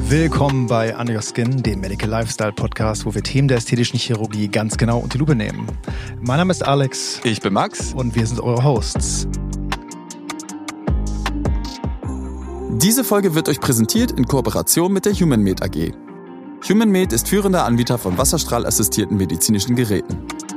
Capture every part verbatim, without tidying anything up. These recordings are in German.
Willkommen bei Under Your Skin, dem Medical Lifestyle Podcast, wo wir Themen der ästhetischen Chirurgie ganz genau unter die Lupe nehmen. Mein Name ist Alex. Ich bin Max. Und wir sind eure Hosts. Diese Folge wird euch präsentiert in Kooperation mit der HumanMed A G. HumanMed ist führender Anbieter von wasserstrahlassistierten medizinischen Geräten.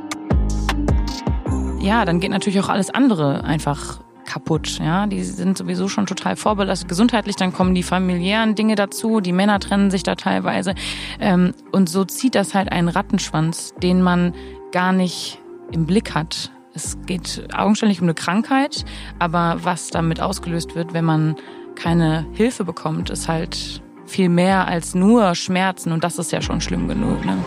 Ja, dann geht natürlich auch alles andere einfach kaputt. Ja, die sind sowieso schon total vorbelastet gesundheitlich. Dann kommen die familiären Dinge dazu. Die Männer trennen sich da teilweise. Ähm, und so zieht das halt einen Rattenschwanz, den man gar nicht im Blick hat. Es geht augenscheinlich um eine Krankheit, aber was damit ausgelöst wird, wenn man keine Hilfe bekommt, ist halt viel mehr als nur Schmerzen. Und das ist ja schon schlimm genug, ne?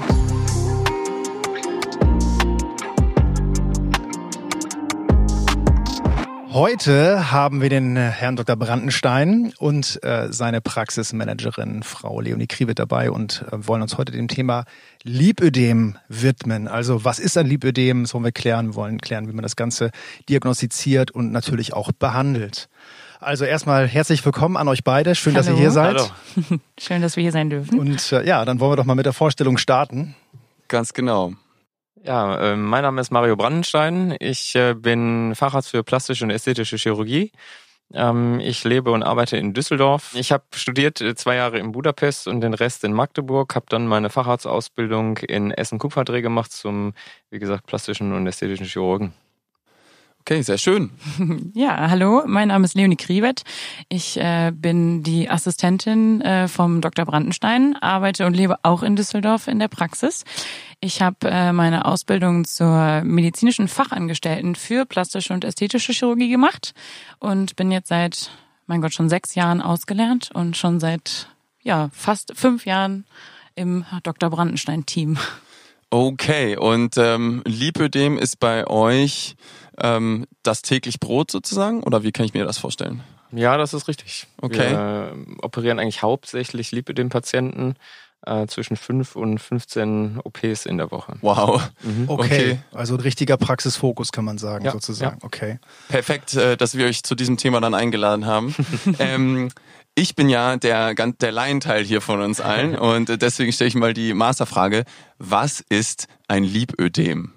Heute haben wir den Herrn Doktor Brandenstein und äh, seine Praxismanagerin Frau Leonie Kriewet dabei und äh, wollen uns heute dem Thema Lipödem widmen. Also was ist ein Lipödem? Das wollen wir klären. Wir wollen klären, wie man das Ganze diagnostiziert und natürlich auch behandelt. Also erstmal herzlich willkommen an euch beide. Schön, Hallo. Dass ihr hier seid. Hallo. Schön, dass wir hier sein dürfen. Und äh, ja, dann wollen wir doch mal mit der Vorstellung starten. Ganz genau. Ja, äh, mein Name ist Mario Brandenstein. Ich äh, bin Facharzt für plastische und ästhetische Chirurgie. Ähm, ich lebe und arbeite in Düsseldorf. Ich habe studiert äh, zwei Jahre in Budapest und den Rest in Magdeburg. Habe dann meine Facharztausbildung in Essen-Kupferdreh gemacht zum, wie gesagt, plastischen und ästhetischen Chirurgen. Okay, sehr schön. Ja, hallo, mein Name ist Leonie Kriewet. Ich äh, bin die Assistentin äh, vom Doktor Brandenstein, arbeite und lebe auch in Düsseldorf in der Praxis. Ich habe äh, meine Ausbildung zur medizinischen Fachangestellten für plastische und ästhetische Chirurgie gemacht und bin jetzt seit, mein Gott, schon sechs Jahren ausgelernt und schon seit ja fast fünf Jahren im Doktor Brandenstein-Team. Okay, und ähm, Lipödem ist bei euch ähm, das täglich Brot sozusagen? Oder wie kann ich mir das vorstellen? Ja, das ist richtig. Okay. Wir äh, operieren eigentlich hauptsächlich Lipödem-Patienten äh, zwischen fünf und fünfzehn O Ps in der Woche. Wow. Mhm. Okay. okay, also ein richtiger Praxisfokus kann man sagen, ja, sozusagen. Ja. Okay. Perfekt, äh, dass wir euch zu diesem Thema dann eingeladen haben. ähm, Ich bin ja der, der Laienteil hier von uns allen und deswegen stelle ich mal die Masterfrage. Was ist ein Lipödem?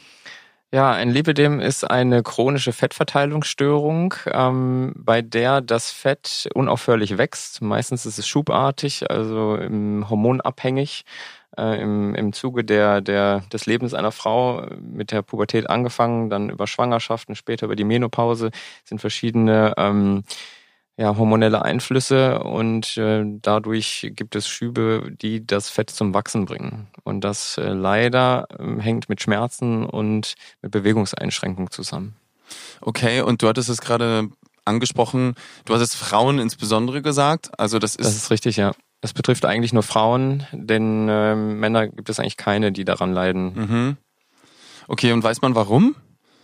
Ja, ein Lipödem ist eine chronische Fettverteilungsstörung, ähm, bei der das Fett unaufhörlich wächst. Meistens ist es schubartig, also im, hormonabhängig. Äh, im, im Zuge der, der, des Lebens einer Frau mit der Pubertät angefangen, dann über Schwangerschaften, später über die Menopause sind verschiedene ähm, ja, hormonelle Einflüsse und äh, dadurch gibt es Schübe, die das Fett zum Wachsen bringen. Und das äh, leider äh, hängt mit Schmerzen und mit Bewegungseinschränkungen zusammen. Okay, und du hattest es gerade angesprochen, du hast es Frauen insbesondere gesagt. Also das ist, das ist richtig, ja. Das betrifft eigentlich nur Frauen, denn äh, Männer gibt es eigentlich keine, die daran leiden. Mhm. Okay, und weiß man warum?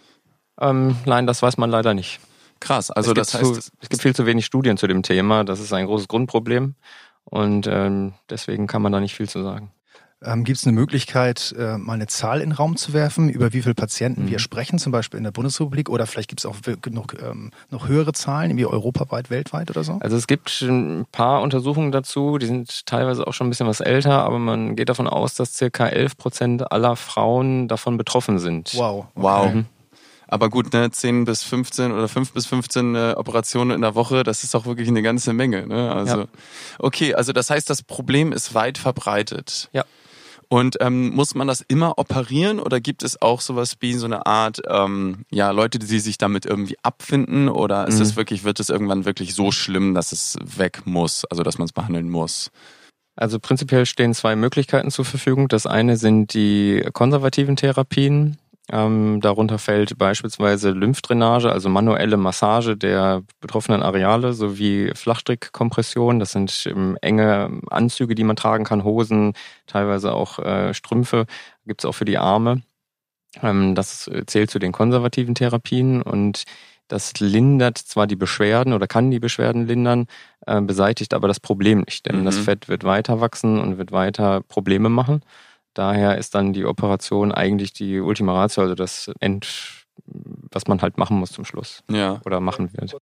Ähm, nein, das weiß man leider nicht. Krass, also es das heißt... Zu, es gibt viel zu wenig Studien zu dem Thema, das ist ein großes Grundproblem und ähm, deswegen kann man da nicht viel zu sagen. Ähm, gibt es eine Möglichkeit, äh, mal eine Zahl in den Raum zu werfen, über wie viele Patienten mhm. wir sprechen, zum Beispiel in der Bundesrepublik oder vielleicht gibt es auch noch, ähm, noch höhere Zahlen, irgendwie europaweit, weltweit oder so? Also es gibt ein paar Untersuchungen dazu, die sind teilweise auch schon ein bisschen was älter, aber man geht davon aus, dass circa elf Prozent aller Frauen davon betroffen sind. Wow. Okay. Wow. Mhm. Aber gut, ne, zehn bis fünfzehn oder fünf bis fünfzehn äh, Operationen in der Woche, das ist doch wirklich eine ganze Menge, ne? Also, ja. Okay, also das heißt, das Problem ist weit verbreitet. Ja. Und ähm, muss man das immer operieren oder gibt es auch sowas wie so eine Art, ähm, ja, Leute, die sich damit irgendwie abfinden oder ist mhm. es wirklich, wird es irgendwann wirklich so schlimm, dass es weg muss, also dass man es behandeln muss? Also prinzipiell stehen zwei Möglichkeiten zur Verfügung. Das eine sind die konservativen Therapien. Ähm, darunter fällt beispielsweise Lymphdrainage, also manuelle Massage der betroffenen Areale sowie Flachstrickkompression. Das sind ähm, enge Anzüge, die man tragen kann, Hosen, teilweise auch äh, Strümpfe. Gibt es auch für die Arme. Ähm, das zählt zu den konservativen Therapien und das lindert zwar die Beschwerden oder kann die Beschwerden lindern, äh, beseitigt aber das Problem nicht, denn mhm. das Fett wird weiter wachsen und wird weiter Probleme machen. Daher ist dann die Operation eigentlich die Ultima Ratio, also das End, was man halt machen muss zum Schluss. Ja. Oder machen wird.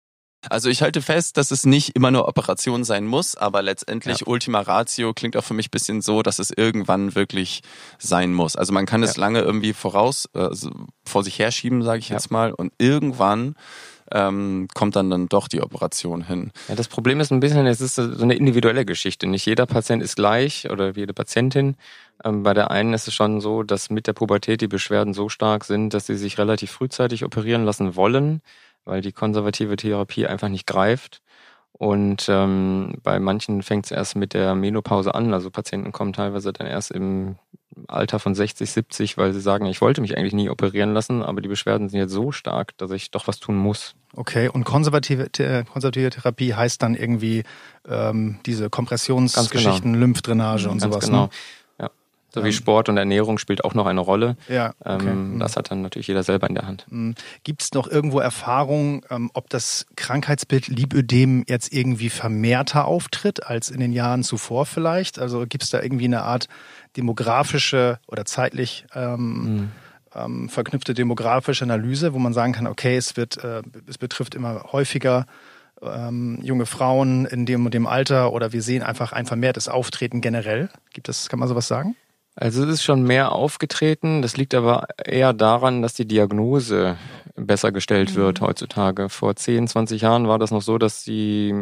Also ich halte fest, dass es nicht immer nur Operation sein muss, aber letztendlich Ja. Ultima Ratio klingt auch für mich ein bisschen so, dass es irgendwann wirklich sein muss. Also man kann es Ja. lange irgendwie voraus, also vor sich herschieben, sage ich Ja. jetzt mal, und irgendwann ähm, kommt dann dann doch die Operation hin. Ja, das Problem ist ein bisschen, es ist so eine individuelle Geschichte. Nicht jeder Patient ist gleich oder jede Patientin. Ähm, bei der einen ist es schon so, dass mit der Pubertät die Beschwerden so stark sind, dass sie sich relativ frühzeitig operieren lassen wollen, weil die konservative Therapie einfach nicht greift. Und ähm, bei manchen fängt es erst mit der Menopause an. Also Patienten kommen teilweise dann erst im Alter von sechzig, siebzig, weil sie sagen, ich wollte mich eigentlich nie operieren lassen, aber die Beschwerden sind jetzt so stark, dass ich doch was tun muss. Okay, und konservative, äh, konservative Therapie heißt dann irgendwie ähm, diese Kompressionsgeschichten, Ganz Lymphdrainage und Ganz sowas. genau. Ne? Ja. So wie Ähm. Sport und Ernährung spielt auch noch eine Rolle. Ja, okay. Ähm, das hat dann natürlich jeder selber in der Hand. Gibt es noch irgendwo Erfahrung, ähm, ob das Krankheitsbild Lipödem jetzt irgendwie vermehrter auftritt als in den Jahren zuvor vielleicht? Also gibt es da irgendwie eine Art demografische oder zeitlich ähm, Mhm. ähm, verknüpfte demografische Analyse, wo man sagen kann, okay, es wird, äh, es betrifft immer häufiger ähm, junge Frauen in dem und dem Alter oder wir sehen einfach ein vermehrtes Auftreten generell. Gibt es, kann man sowas sagen? Also es ist schon mehr aufgetreten. Das liegt aber eher daran, dass die Diagnose besser gestellt wird heutzutage. Vor zehn, zwanzig Jahren war das noch so, dass die,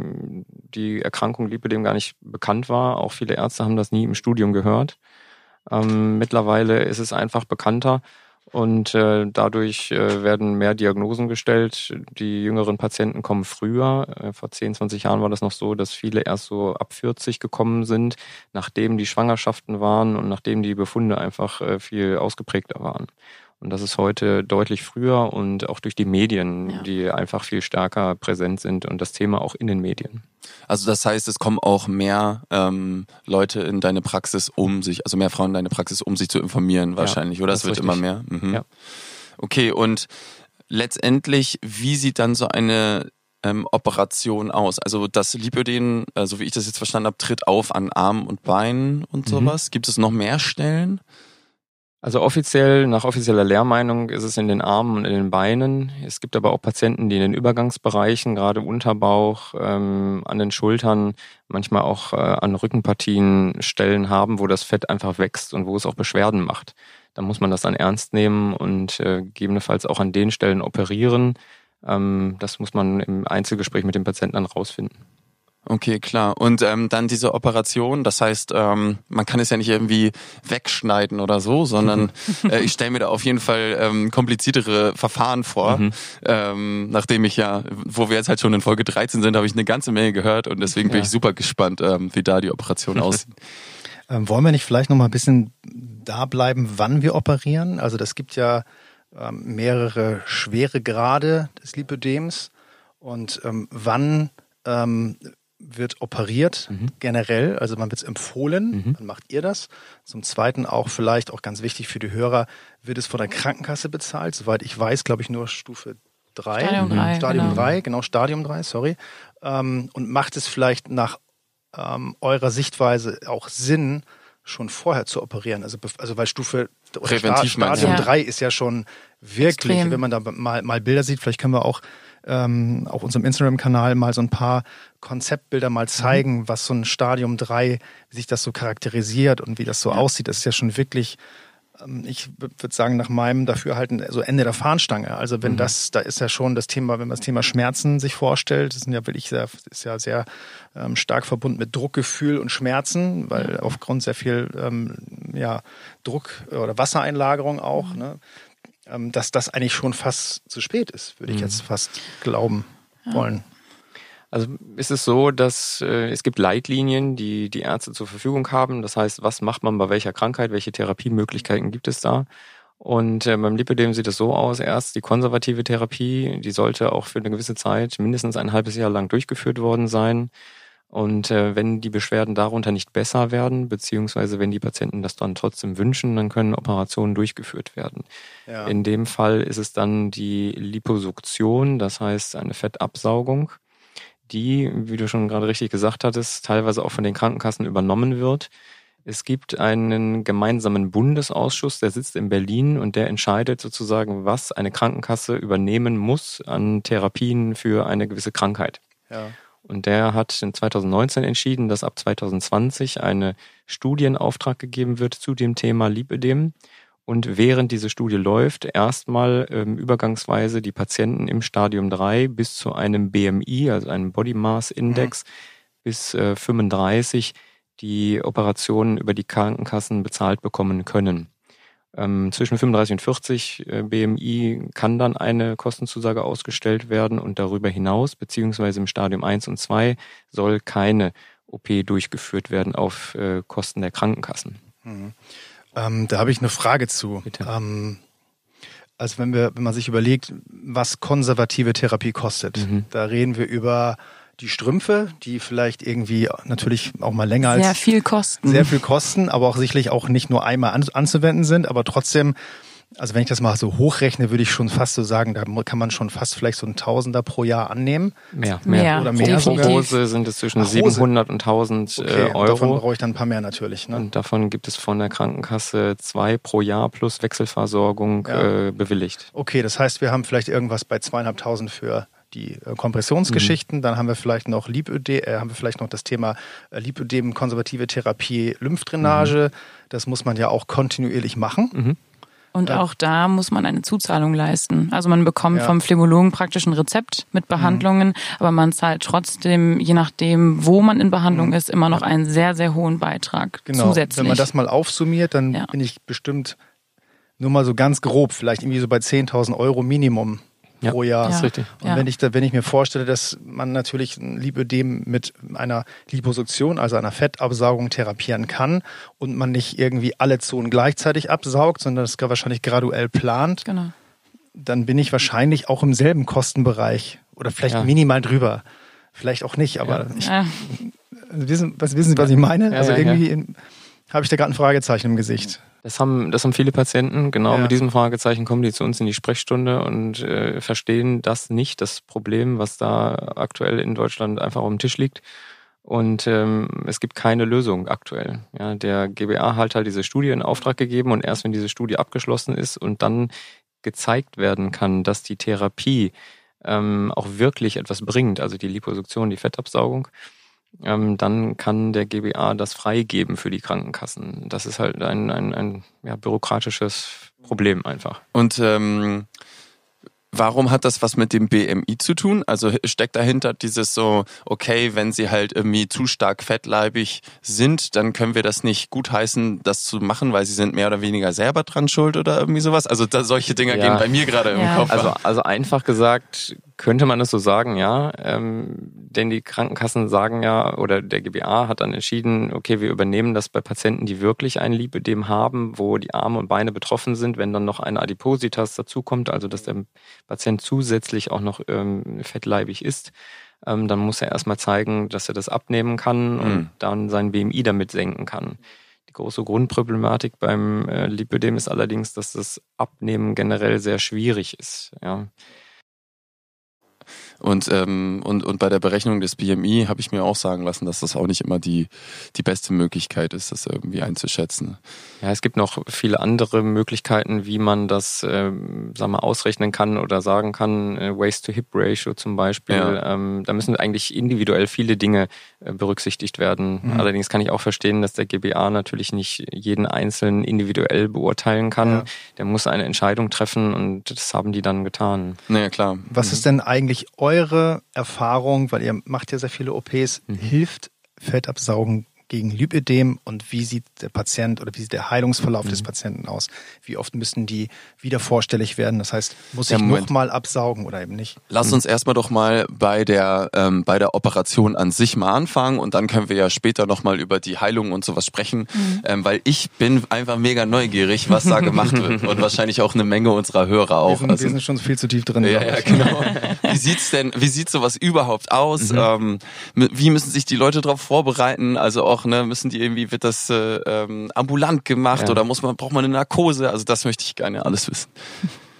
die Erkrankung Lipödem gar nicht bekannt war. Auch viele Ärzte haben das nie im Studium gehört. Ähm, mittlerweile ist es einfach bekannter und äh, dadurch äh, werden mehr Diagnosen gestellt. Die jüngeren Patienten kommen früher. Äh, vor zehn, zwanzig Jahren war das noch so, dass viele erst so ab vierzig gekommen sind, nachdem die Schwangerschaften waren und nachdem die Befunde einfach äh, viel ausgeprägter waren. Und das ist heute deutlich früher und auch durch die Medien, Ja. die einfach viel stärker präsent sind und das Thema auch in den Medien. Also das heißt, es kommen auch mehr ähm, Leute in deine Praxis, um sich, also mehr Frauen in deine Praxis, um sich zu informieren wahrscheinlich, oder? das Es wird ist immer richtig. mehr. Mhm. Ja. Okay, und letztendlich, wie sieht dann so eine ähm, Operation aus? Also das Lipödem, äh, so wie ich das jetzt verstanden habe, tritt auf an Armen und Beinen und Mhm. sowas. Gibt es noch mehr Stellen? Also offiziell, nach offizieller Lehrmeinung ist es in den Armen und in den Beinen. Es gibt aber auch Patienten, die in den Übergangsbereichen, gerade Unterbauch, ähm, an den Schultern, manchmal auch äh, an Rückenpartien Stellen haben, wo das Fett einfach wächst und wo es auch Beschwerden macht. Da muss man das dann ernst nehmen und äh, gegebenenfalls auch an den Stellen operieren. Ähm, das muss man im Einzelgespräch mit dem Patienten dann rausfinden. Okay, klar. Und ähm, dann diese Operation, das heißt, ähm, man kann es ja nicht irgendwie wegschneiden oder so, sondern äh, ich stelle mir da auf jeden Fall ähm, kompliziertere Verfahren vor. Mhm. Ähm, nachdem ich ja, wo wir jetzt halt schon in Folge dreizehn sind, habe ich eine ganze Menge gehört und deswegen bin Ja. ich super gespannt, ähm, wie da die Operation aussieht. Ähm, wollen wir nicht vielleicht noch mal ein bisschen da bleiben, wann wir operieren? Also das gibt ja ähm, mehrere schwere Grade des Lipödems und ähm, wann ähm, wird operiert Mhm. generell, also man wird es empfohlen, Mhm. wann macht ihr das? Zum Zweiten auch vielleicht, auch ganz wichtig für die Hörer, wird es von der Krankenkasse bezahlt? Soweit ich weiß, glaube ich nur Stufe drei. Stadium drei, Stadium genau. drei, genau, Stadium drei, sorry. Ähm, und macht es vielleicht nach ähm, eurer Sichtweise auch Sinn, schon vorher zu operieren? Also, bef- also weil Stufe oder Präventiv Sta- meinst du? Stadium Ja. drei ist ja schon wirklich, Extrem. wenn man da mal, mal Bilder sieht, vielleicht können wir auch ähm, auf unserem Instagram-Kanal mal so ein paar Konzeptbilder mal zeigen, was so ein Stadium drei, wie sich das so charakterisiert und wie das so aussieht. Das ist ja schon wirklich, ähm, ich würde sagen, nach meinem Dafürhalten so Ende der Fahnenstange. Also wenn Mhm. das, da ist ja schon das Thema, wenn man das Thema Schmerzen sich vorstellt, das sind ja wirklich sehr, ist ja sehr ähm, stark verbunden mit Druckgefühl und Schmerzen, weil aufgrund sehr viel ähm, ja, Druck oder Wassereinlagerung auch, ne, ähm, dass das eigentlich schon fast zu spät ist, würde ich Mhm. jetzt fast glauben wollen. Also ist es so, dass äh, es gibt Leitlinien, die die Ärzte zur Verfügung haben. Das heißt, was macht man bei welcher Krankheit, welche Therapiemöglichkeiten gibt es da? Und äh, beim Lipödem sieht es so aus, erst die konservative Therapie, die sollte auch für eine gewisse Zeit, mindestens ein halbes Jahr lang durchgeführt worden sein. Und äh, wenn die Beschwerden darunter nicht besser werden, beziehungsweise wenn die Patienten das dann trotzdem wünschen, dann können Operationen durchgeführt werden. Ja. In dem Fall ist es dann die Liposuktion, das heißt eine Fettabsaugung, die, wie du schon gerade richtig gesagt hattest, teilweise auch von den Krankenkassen übernommen wird. Es gibt einen gemeinsamen Bundesausschuss, der sitzt in Berlin und der entscheidet sozusagen, was eine Krankenkasse übernehmen muss an Therapien für eine gewisse Krankheit. Ja. Und der hat in zweitausendneunzehn entschieden, dass ab zweitausendzwanzig eine Studie in Auftrag gegeben wird zu dem Thema Lipödem. Und während diese Studie läuft, erstmal ähm, übergangsweise die Patienten im Stadium drei bis zu einem B M I, also einem Body Mass Index, mhm. bis äh, fünfunddreißig die Operationen über die Krankenkassen bezahlt bekommen können. Ähm, zwischen fünfunddreißig und vierzig äh, B M I kann dann eine Kostenzusage ausgestellt werden und darüber hinaus, beziehungsweise im Stadium eins und zwei, soll keine O P durchgeführt werden auf äh, Kosten der Krankenkassen. Mhm. Ähm, da habe ich eine Frage zu. Bitte. Ähm, also wenn wir, wenn man sich überlegt, was konservative Therapie kostet, mhm. da reden wir über die Strümpfe, die vielleicht irgendwie natürlich auch mal länger sehr als viel kosten, sehr viel kosten, aber auch sicherlich auch nicht nur einmal an, anzuwenden sind, aber trotzdem. Also wenn ich das mal so hochrechne, würde ich schon fast so sagen, da kann man schon fast vielleicht so ein Tausender pro Jahr annehmen. Mehr, mehr. mehr. Oder mehr. Pro Hose sind es zwischen Ach, siebenhundert und tausend okay, Euro. Davon brauche ich dann ein paar mehr natürlich. Ne? Und davon gibt es von der Krankenkasse zwei pro Jahr plus Wechselversorgung ja. äh, bewilligt. Okay, das heißt, wir haben vielleicht irgendwas bei zweieinhalbtausend für die äh, Kompressionsgeschichten, mhm. dann haben wir vielleicht noch Lipödem, äh, haben wir vielleicht noch das Thema äh, Lipödem, konservative Therapie, Lymphdrainage. Mhm. Das muss man ja auch kontinuierlich machen. Mhm. Und auch da muss man eine Zuzahlung leisten. Also man bekommt ja. vom Phlebologen praktisch ein Rezept mit Behandlungen, mhm. aber man zahlt trotzdem, je nachdem, wo man in Behandlung mhm. ist, immer noch einen sehr, sehr hohen Beitrag genau. zusätzlich. Wenn man das mal aufsummiert, dann ja. bin ich bestimmt nur mal so ganz grob, vielleicht irgendwie so bei zehntausend Euro Minimum ja, pro Jahr. Das ist richtig. Und ja. wenn ich da, wenn ich mir vorstelle, dass man natürlich ein Lipödem mit einer Liposuktion, also einer Fettabsaugung therapieren kann und man nicht irgendwie alle Zonen gleichzeitig absaugt, sondern das wahrscheinlich graduell plant, genau. dann bin ich wahrscheinlich auch im selben Kostenbereich oder vielleicht ja. minimal drüber. Vielleicht auch nicht, aber ja. ich, ja. wissen, was, wissen Sie, was ich meine? Ja, also ja, irgendwie ja. habe ich da gerade ein Fragezeichen im Gesicht. Das haben, das haben viele Patienten, genau ja. mit diesem Fragezeichen kommen die zu uns in die Sprechstunde und äh, verstehen das nicht, das Problem, was da aktuell in Deutschland einfach auf dem Tisch liegt. Und ähm, es gibt keine Lösung aktuell. Ja, der G B A hat halt diese Studie in Auftrag gegeben und erst wenn diese Studie abgeschlossen ist und dann gezeigt werden kann, dass die Therapie ähm, auch wirklich etwas bringt, also die Liposuktion, die Fettabsaugung, Ähm, dann kann der G B A das freigeben für die Krankenkassen. Das ist halt ein, ein, ein ja, bürokratisches Problem einfach. Und ähm, warum hat das was mit dem B M I zu tun? Also steckt dahinter dieses so, okay, wenn sie halt irgendwie zu stark fettleibig sind, dann können wir das nicht gutheißen, das zu machen, weil sie sind mehr oder weniger selber dran schuld oder irgendwie sowas? Also da, solche Dinger ja. gehen bei mir gerade ja. im Kopf. Also, also einfach gesagt könnte man es so sagen, ja. Ähm, denn die Krankenkassen sagen ja, oder der G B A hat dann entschieden, okay, wir übernehmen das bei Patienten, die wirklich ein Lipödem haben, wo die Arme und Beine betroffen sind, wenn dann noch eine Adipositas dazukommt, also dass der Patient zusätzlich auch noch ähm, fettleibig ist, ähm, dann muss er erstmal zeigen, dass er das abnehmen kann mhm. und dann sein B M I damit senken kann. Die große Grundproblematik beim äh, Lipödem ist allerdings, dass das Abnehmen generell sehr schwierig ist, ja. Und, ähm, und, und bei der Berechnung des B M I habe ich mir auch sagen lassen, dass das auch nicht immer die, die beste Möglichkeit ist, das irgendwie einzuschätzen. Ja, es gibt noch viele andere Möglichkeiten, wie man das ähm, sagen wir, ausrechnen kann oder sagen kann. Äh, Waist-to-Hip-Ratio zum Beispiel. Ja. Ähm, da müssen eigentlich individuell viele Dinge äh, berücksichtigt werden. Mhm. Allerdings kann ich auch verstehen, dass der G B A natürlich nicht jeden Einzelnen individuell beurteilen kann. Ja. Der muss eine Entscheidung treffen und das haben die dann getan. Naja, klar. Was mhm. ist denn eigentlich eure Erfahrung, weil ihr macht ja sehr viele O Ps, mhm. hilft Fettabsaugen gegen Lipödem und wie sieht der Patient oder wie sieht der Heilungsverlauf mhm. des Patienten aus? Wie oft müssen die wieder vorstellig werden? Das heißt, muss ich ja, nochmal absaugen oder eben nicht? Lass uns erstmal doch mal bei der ähm, bei der Operation an sich mal anfangen und dann können wir ja später nochmal über die Heilung und sowas sprechen, mhm. ähm, weil ich bin einfach mega neugierig, was da gemacht wird und wahrscheinlich auch eine Menge unserer Hörer auch. Wir sind, also, wir sind schon viel zu tief drin. Ja, ja, genau. Wie sieht's denn, wie sieht sowas überhaupt aus? Mhm. Ähm, wie müssen sich die Leute darauf vorbereiten? Also auch Ne, müssen die irgendwie, wird das äh, ähm, ambulant gemacht ja. oder muss man, braucht man eine Narkose? Also das möchte ich gerne alles wissen.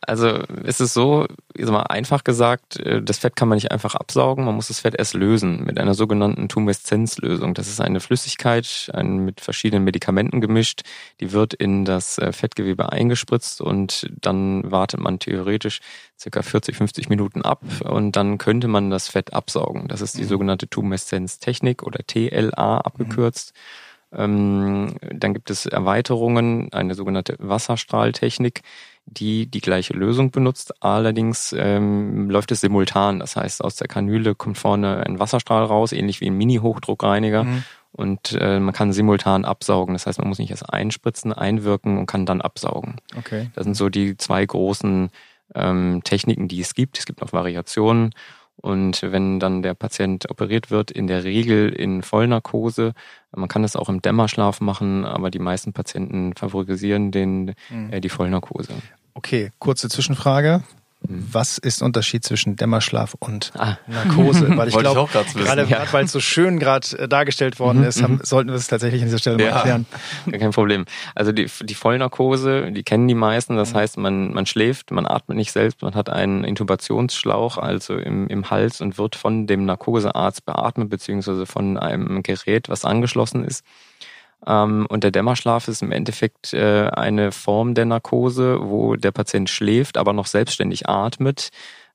also es ist so, ich sag mal, einfach gesagt, das Fett kann man nicht einfach absaugen, man muss das Fett erst lösen mit einer sogenannten Tumeszenzlösung. Das ist eine Flüssigkeit, ein, mit verschiedenen Medikamenten gemischt, die wird in das Fettgewebe eingespritzt und dann wartet man theoretisch circa vierzig, fünfzig Minuten ab und dann könnte man das Fett absaugen. Das ist die sogenannte Tumeszenztechnik oder T L A abgekürzt. Mhm. Ähm, dann gibt es Erweiterungen, eine sogenannte Wasserstrahltechnik, die die gleiche Lösung benutzt. Allerdings ähm, läuft es simultan. Das heißt, aus der Kanüle kommt vorne ein Wasserstrahl raus, ähnlich wie ein Mini-Hochdruckreiniger. Mhm. Und äh, man kann simultan absaugen. Das heißt, man muss nicht erst einspritzen, einwirken und kann dann absaugen. Okay. Das sind so die zwei großen ähm, Techniken, die es gibt. Es gibt noch Variationen. Und wenn dann der Patient operiert wird, in der Regel in Vollnarkose, man kann das auch im Dämmerschlaf machen, aber die meisten Patienten favorisieren den, mhm. äh, die Vollnarkose. Okay, kurze Zwischenfrage. Was ist der Unterschied zwischen Dämmerschlaf und ah. Narkose? Weil ich glaube, gerade ja. weil es so schön gerade dargestellt worden mhm. ist, haben, sollten wir es tatsächlich an dieser Stelle ja. mal erklären. Kein Problem. Also die, die Vollnarkose, die kennen die meisten. Das mhm. heißt, man, man schläft, man atmet nicht selbst, man hat einen Intubationsschlauch, also im, im Hals und wird von dem Narkosearzt beatmet, beziehungsweise von einem Gerät, was angeschlossen ist. Und der Dämmerschlaf ist im Endeffekt eine Form der Narkose, wo der Patient schläft, aber noch selbstständig atmet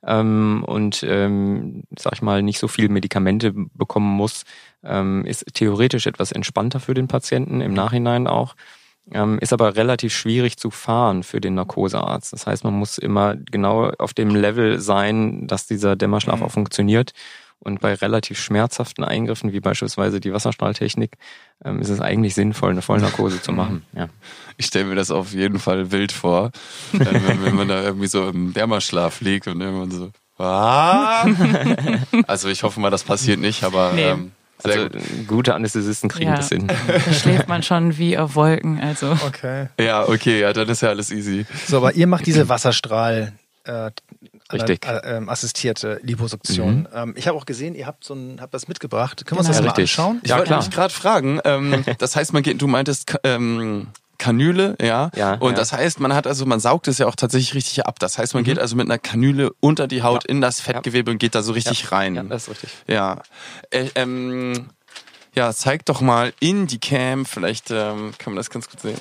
und, sag ich mal, nicht so viel Medikamente bekommen muss, ist theoretisch etwas entspannter für den Patienten, im Nachhinein auch, ist aber relativ schwierig zu fahren für den Narkosearzt. Das heißt, man muss immer genau auf dem Level sein, dass dieser Dämmerschlaf mhm. auch funktioniert. Und bei relativ schmerzhaften Eingriffen, wie beispielsweise die Wasserstrahltechnik, ähm, ist es eigentlich sinnvoll, eine Vollnarkose zu machen. Ja. Ich stelle mir das auf jeden Fall wild vor, wenn, wenn man da irgendwie so im Dämmerschlaf liegt und irgendwann so, ah! Also ich hoffe mal, das passiert nicht, aber nee. ähm, sehr also gut. Gute Anästhesisten kriegen ja. das hin. Da schläft man schon wie auf Wolken. Also. Okay. Ja, okay, ja, dann ist ja alles easy. So, aber ihr macht diese Wasserstrahl äh, Richtig. Äh, äh, assistierte Liposuktion. Mhm. Ähm, ich habe auch gesehen, ihr habt so ein, habt das mitgebracht. Können wir uns genau. das mal Richtig. anschauen? Ich ja, wollte mich gerade fragen. Ähm, das heißt, man geht, du meintest ähm, Kanüle, ja. ja Und ja. das heißt, man hat also, man saugt es ja auch tatsächlich richtig ab. Das heißt, man mhm. geht also mit einer Kanüle unter die Haut ja. in das Fettgewebe ja. und geht da so richtig ja. rein. Ja, das ist richtig. Ja. Äh, ähm, ja, zeig doch mal in die Cam. Vielleicht ähm, kann man das ganz gut sehen.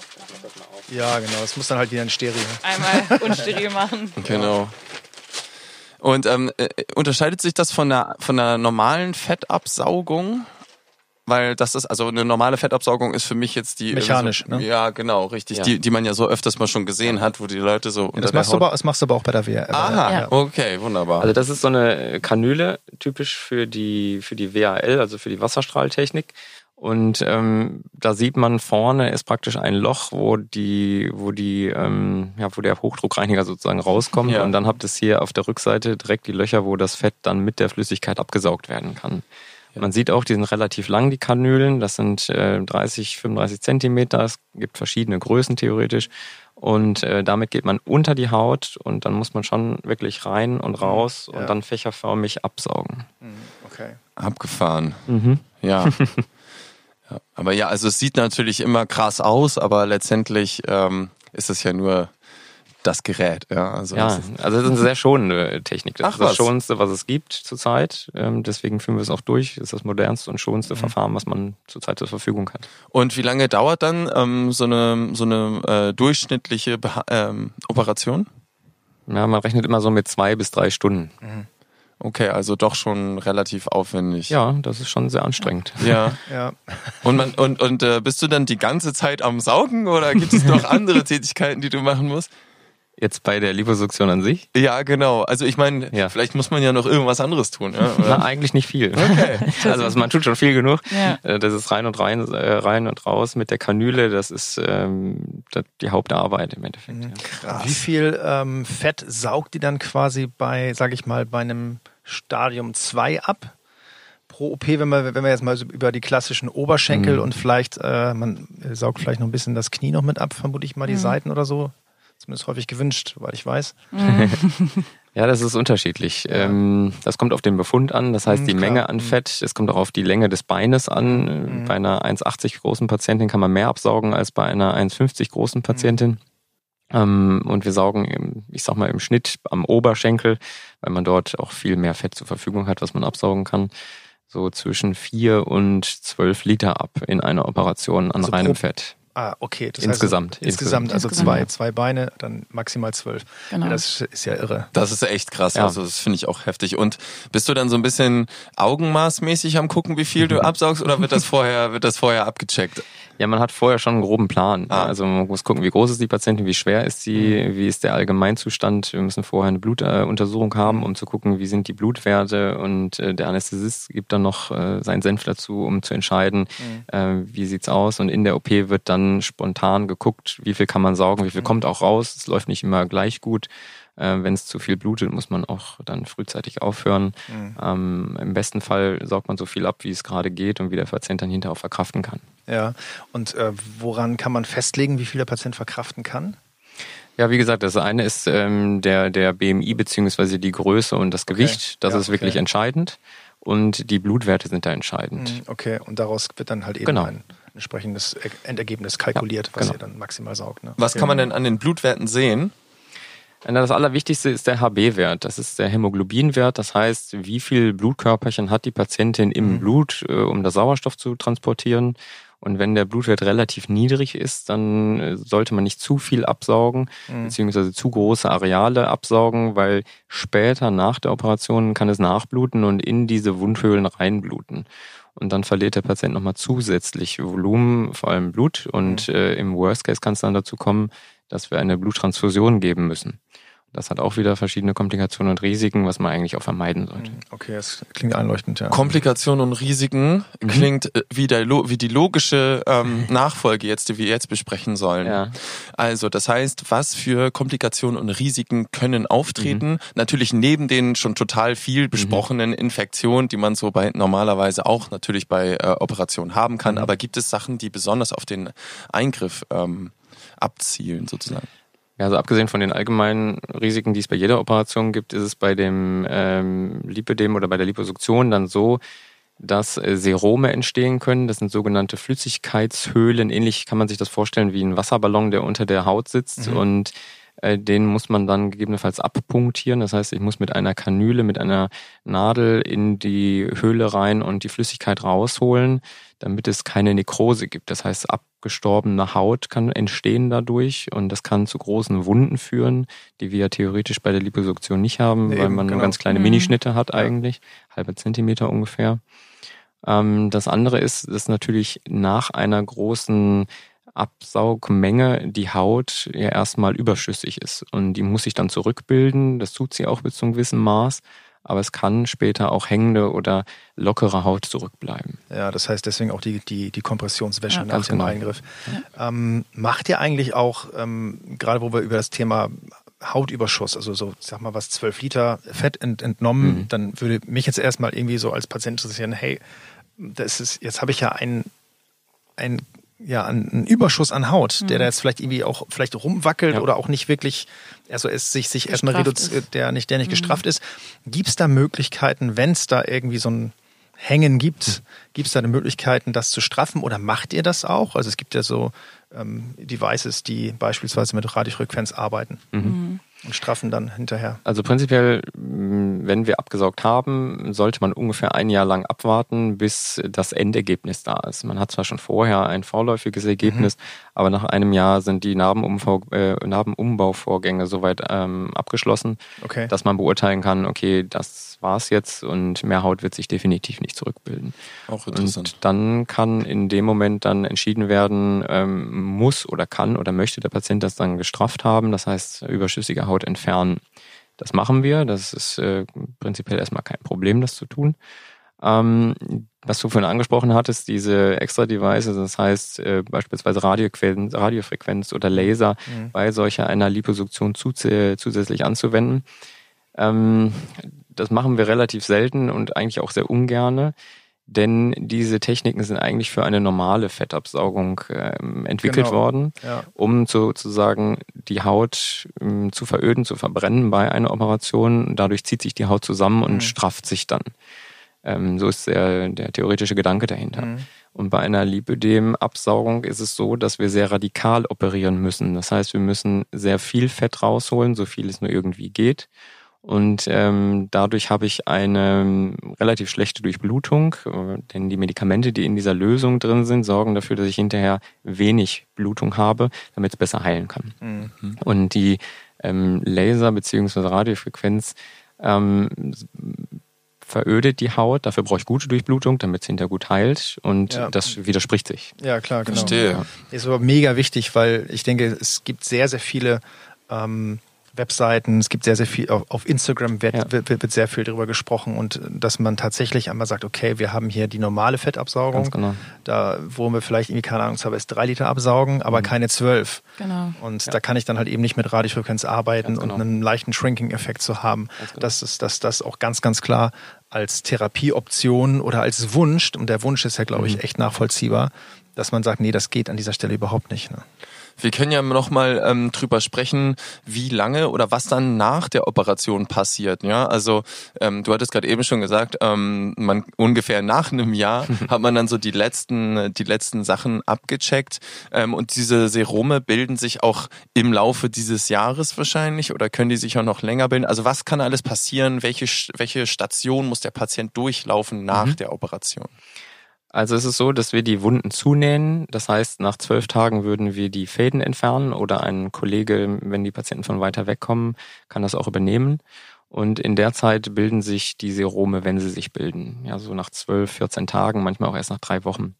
Ja, genau. Das muss dann halt wieder in Stereo. Einmal unsteril machen. Genau. Und ähm, äh, unterscheidet sich das von der von der normalen Fettabsaugung? Weil das ist, also eine normale Fettabsaugung ist für mich jetzt die... Mechanisch, so, ne? Ja, genau, richtig. Ja. Die, die man ja so öfters mal schon gesehen hat, wo die Leute so... Ja, unter das, der machst Haut du aber, das machst du aber auch bei der W R. Aha, ja. okay, wunderbar. Also das ist so eine Kanüle, typisch für die für die W A L, also für die Wasserstrahltechnik. Und ähm, da sieht man vorne ist praktisch ein Loch, wo die, wo die, ähm, ja, wo der Hochdruckreiniger sozusagen rauskommt. Ja. Und dann habt ihr hier auf der Rückseite direkt die Löcher, wo das Fett dann mit der Flüssigkeit abgesaugt werden kann. Ja. Man sieht auch, die sind relativ lang, die Kanülen. Das sind äh, dreißig, fünfunddreißig Zentimeter. Es gibt verschiedene Größen theoretisch. Und äh, damit geht man unter die Haut und dann muss man schon wirklich rein und raus ja. und dann fächerförmig absaugen. Okay. Abgefahren. Mhm. Ja. Ja, aber ja, also es sieht natürlich immer krass aus, aber letztendlich ähm, ist es ja nur das Gerät. Ja, also, ja, das ist, also das ist eine sehr schonende Technik. Das Ach, ist das was? Schonendste, was es gibt zurzeit. Ähm, deswegen führen wir es auch durch. Das ist das modernste und schonendste mhm. Verfahren, was man zurzeit zur Verfügung hat. Und wie lange dauert dann ähm, so eine, so eine äh, durchschnittliche Beha- ähm, Operation? Ja, man rechnet immer so mit zwei bis drei Stunden. Mhm. Okay, also doch schon relativ aufwendig. Ja, das ist schon sehr anstrengend. Ja. ja. Und man und und äh, bist du dann die ganze Zeit am Saugen oder gibt es noch andere Tätigkeiten, die du machen musst? Jetzt bei der Liposuktion an sich? Ja, genau. Also ich meine, ja. vielleicht muss man ja noch irgendwas anderes tun. Ja, oder? Na, eigentlich nicht viel. Okay. Also, also man tut schon viel genug. Ja. Das ist rein und rein, rein und raus mit der Kanüle. Das ist ähm, die Hauptarbeit im Endeffekt. Mhm. Ja. Wie viel ähm, Fett saugt die dann quasi bei, sag ich mal, bei einem Stadium zwei ab? Pro O P, wenn wir, wenn wir jetzt mal so über die klassischen Oberschenkel mhm. und vielleicht, äh, man saugt vielleicht noch ein bisschen das Knie noch mit ab, vermute ich mal, die mhm. Seiten oder so. Zumindest häufig gewünscht, weil ich weiß. Mhm. Ja, das ist unterschiedlich. Ja. Das kommt auf den Befund an, das heißt die Klar. Menge an Fett. Es kommt auch auf die Länge des Beines an. Mhm. Bei einer eins Komma achtzig großen Patientin kann man mehr absaugen als bei einer eins Komma fünfzig großen Patientin. Ähm, und wir saugen, im, ich sag mal, im Schnitt am Oberschenkel, weil man dort auch viel mehr Fett zur Verfügung hat, was man absaugen kann, so zwischen vier und zwölf Liter ab in einer Operation an Also reinem pro- Fett. Ah, okay. Das Insgesamt. Heißt, insgesamt, also Insgesamt, zwei, ja. zwei Beine, dann maximal zwölf. Genau. Ja, das ist ja irre. Das ist echt krass, Ja. also das finde ich auch heftig. Und bist du dann so ein bisschen augenmaßmäßig am gucken, wie viel du absaugst, oder wird das vorher, wird das vorher abgecheckt? Ja, man hat vorher schon einen groben Plan. Ah. Also man muss gucken, wie groß ist die Patientin, wie schwer ist sie, wie ist der Allgemeinzustand. Wir müssen vorher eine Blutuntersuchung haben, um zu gucken, wie sind die Blutwerte, und äh, der Anästhesist gibt dann noch äh, seinen Senf dazu, um zu entscheiden, äh, wie sieht's aus. Und in der O P wird dann spontan geguckt, wie viel kann man saugen, wie viel kommt auch raus. Es läuft nicht immer gleich gut. Äh, wenn es zu viel blutet, muss man auch dann frühzeitig aufhören. Mhm. Ähm, im besten Fall saugt man so viel ab, wie es gerade geht und wie der Patient dann hinterher auch verkraften kann. Ja. Und äh, woran kann man festlegen, wie viel der Patient verkraften kann? Ja, wie gesagt, das eine ist ähm, der, der B M I beziehungsweise die Größe und das Gewicht. Das Ja, ist wirklich okay. entscheidend. Und die Blutwerte sind da entscheidend. Mhm, okay, und daraus wird dann halt eben Genau. ein entsprechendes Er- Endergebnis kalkuliert, Ja, was genau. ihr dann maximal saugt. Ne? Was Okay. kann man denn an den Blutwerten sehen? Na, das Allerwichtigste ist der H B-Wert. Das ist der Hämoglobinwert. Das heißt, wie viel Blutkörperchen hat die Patientin im Mhm. Blut, äh, um das Sauerstoff zu transportieren. Und wenn der Blutwert relativ niedrig ist, dann äh, sollte man nicht zu viel absaugen, Mhm. beziehungsweise zu große Areale absaugen, weil später nach der Operation kann es nachbluten und in diese Wundhöhlen reinbluten. Und dann verliert der Patient nochmal zusätzlich Volumen, vor allem Blut. Und äh, im Worst Case kann es dann dazu kommen, dass wir eine Bluttransfusion geben müssen. Das hat auch wieder verschiedene Komplikationen und Risiken, was man eigentlich auch vermeiden sollte. Okay, das klingt einleuchtend, ja. Komplikationen und Risiken Mhm. klingt äh, wie, der, Lo- wie die logische ähm, Nachfolge jetzt, die wir jetzt besprechen sollen. Ja. Also das heißt, was für Komplikationen und Risiken können auftreten? Mhm. Natürlich neben den schon total viel besprochenen Infektionen, die man so bei normalerweise auch natürlich bei äh, Operationen haben kann. Mhm. Aber gibt es Sachen, die besonders auf den Eingriff ähm, abzielen sozusagen? Ja, also abgesehen von den allgemeinen Risiken, die es bei jeder Operation gibt, ist es bei dem ähm, Lipödem oder bei der Liposuktion dann so, dass äh, Serome entstehen können. Das sind sogenannte Flüssigkeitshöhlen. Ähnlich kann man sich das vorstellen wie ein Wasserballon, der unter der Haut sitzt. Mhm. Und äh, den muss man dann gegebenenfalls abpunktieren. Das heißt, ich muss mit einer Kanüle, mit einer Nadel in die Höhle rein und die Flüssigkeit rausholen, damit es keine Nekrose gibt. Das heißt, abgestorbene Haut kann entstehen dadurch und das kann zu großen Wunden führen, die wir ja theoretisch bei der Liposuktion nicht haben, Nee, weil eben, man genau. nur ganz kleine Mhm. Minischnitte hat Ja. eigentlich, halbe Zentimeter ungefähr. Ähm, das andere ist, dass natürlich nach einer großen Absaugmenge die Haut ja erstmal überschüssig ist und die muss sich dann zurückbilden. Das tut sie auch bis zu einem gewissen Maß, aber es kann später auch hängende oder lockere Haut zurückbleiben. Ja, das heißt deswegen auch die, die, die Kompressionswäsche Ja, nach ganz dem genau. Eingriff. Ähm, macht ihr eigentlich auch, ähm, gerade wo wir über das Thema Hautüberschuss, also so, sag mal was, zwölf Liter Fett ent, entnommen, Mhm. dann würde mich jetzt erstmal irgendwie so als Patient interessieren, hey, das ist, jetzt habe ich ja einen, ein, ja, einen Überschuss an Haut, der da jetzt vielleicht irgendwie auch vielleicht rumwackelt Ja. oder auch nicht wirklich, also es sich, sich erstmal Gestrafft reduziert, ist. der nicht, der nicht gestrafft ist. Gibt es da Möglichkeiten, wenn es da irgendwie so ein Hängen gibt, gibt es da eine Möglichkeiten, das zu straffen oder macht ihr das auch? Also es gibt ja so ähm, Devices, die beispielsweise mit Radiofrequenz arbeiten Mhm. und straffen dann hinterher. Also prinzipiell, mh, wenn wir abgesaugt haben, sollte man ungefähr ein Jahr lang abwarten, bis das Endergebnis da ist. Man hat zwar schon vorher ein vorläufiges Ergebnis, aber nach einem Jahr sind die Narbenumbau, äh, Narbenumbauvorgänge soweit ähm, abgeschlossen, Okay. dass man beurteilen kann, okay, das war's jetzt und mehr Haut wird sich definitiv nicht zurückbilden. Auch interessant. Und dann kann in dem Moment dann entschieden werden, ähm, muss oder kann oder möchte der Patient das dann gestrafft haben, das heißt überschüssige Haut entfernen. Das machen wir, das ist äh, prinzipiell erstmal kein Problem, das zu tun. Ähm, was du vorhin angesprochen hattest, diese extra Devices, das heißt äh, beispielsweise Radioquenz, Radiofrequenz oder Laser Mhm. bei solcher einer Liposuktion zus- zusätzlich anzuwenden. Ähm, das machen wir relativ selten und eigentlich auch sehr ungerne, denn diese Techniken sind eigentlich für eine normale Fettabsaugung ähm, entwickelt Genau. worden, Ja. um sozusagen die Haut ähm, zu veröden, zu verbrennen bei einer Operation. Dadurch zieht sich die Haut zusammen und Mhm. strafft sich dann. Ähm, so ist der, der theoretische Gedanke dahinter. Mhm. Und bei einer Lipödem-Absaugung ist es so, dass wir sehr radikal operieren müssen. Das heißt, wir müssen sehr viel Fett rausholen, so viel es nur irgendwie geht. Und ähm, dadurch habe ich eine relativ schlechte Durchblutung, äh, denn die Medikamente, die in dieser Lösung drin sind, sorgen dafür, dass ich hinterher wenig Blutung habe, damit es besser heilen kann. Mhm. Und die ähm, Laser- bzw. Radiofrequenz ähm, verödet die Haut, dafür brauche ich gute Durchblutung, damit es hinterher gut heilt und ja. das widerspricht sich. Ja, klar, genau. Verstehe. Ja. Ist aber mega wichtig, weil ich denke, es gibt sehr, sehr viele ähm, Webseiten, es gibt sehr, sehr viel, auf Instagram wird, ja. wird, wird sehr viel darüber gesprochen und dass man tatsächlich einmal sagt, okay, wir haben hier die normale Fettabsaugung, Ganz genau. Da wo wir vielleicht irgendwie, keine Ahnung, es drei Liter absaugen, aber mhm. keine zwölf. Genau. Und ja. da kann ich dann halt eben nicht mit Radiofrequenz arbeiten genau. und einen leichten Shrinking-Effekt zu haben. Genau. Das ist das, das auch ganz, ganz klar als Therapieoption oder als Wunsch, und der Wunsch ist ja, glaube ich, mhm. echt nachvollziehbar, dass man sagt, nee, das geht an dieser Stelle überhaupt nicht. Ne? Wir können ja noch mal ähm, drüber sprechen, wie lange oder was dann nach der Operation passiert. Ja, also ähm, du hattest gerade eben schon gesagt, ähm, man ungefähr nach einem Jahr hat man dann so die letzten, die letzten Sachen abgecheckt. Ähm, und diese Serome bilden sich auch im Laufe dieses Jahres wahrscheinlich oder können die sich auch noch länger bilden? Also was kann alles passieren? Welche welche Station muss der Patient durchlaufen nach mhm. der Operation? Also es ist so, dass wir die Wunden zunähen. Das heißt, nach zwölf Tagen würden wir die Fäden entfernen oder ein Kollege, wenn die Patienten von weiter weg kommen, kann das auch übernehmen. Und in der Zeit bilden sich die Serome, wenn sie sich bilden. Ja, so nach zwölf, vierzehn Tagen, manchmal auch erst nach drei Wochen.